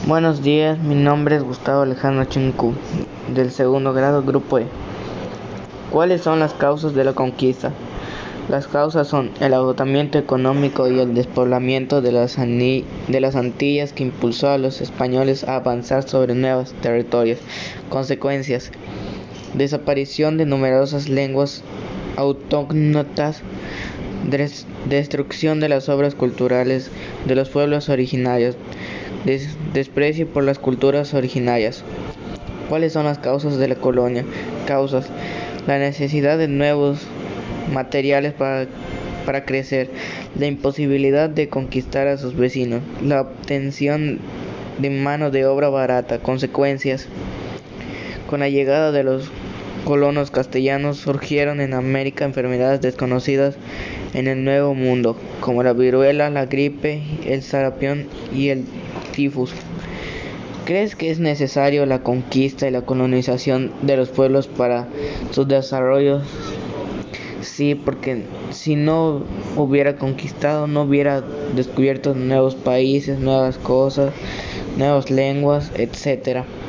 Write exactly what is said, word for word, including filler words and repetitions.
Buenos días, mi nombre es Gustavo Alejandro Chincu, del segundo grado, grupo E. ¿Cuáles son las causas de la conquista? Las causas son el agotamiento económico y el despoblamiento de las, ani- de las Antillas que impulsó a los españoles a avanzar sobre nuevos territorios. Consecuencias: desaparición de numerosas lenguas autóctonas, des- destrucción de las obras culturales de los pueblos originarios, des- desprecio por las culturas originarias. ¿Cuáles son las causas de la colonia? Causas: la necesidad de nuevos materiales para, para crecer, la imposibilidad de conquistar a sus vecinos, la obtención de mano de obra barata. Consecuencias: con la llegada de los colonos castellanos surgieron en América enfermedades desconocidas en el Nuevo Mundo, como la viruela, la gripe, el sarampión y el tifus. ¿Crees que es necesario la conquista y la colonización de los pueblos para su desarrollo? Sí, porque si no hubiera conquistado, no hubiera descubierto nuevos países, nuevas cosas, nuevas lenguas, etcétera.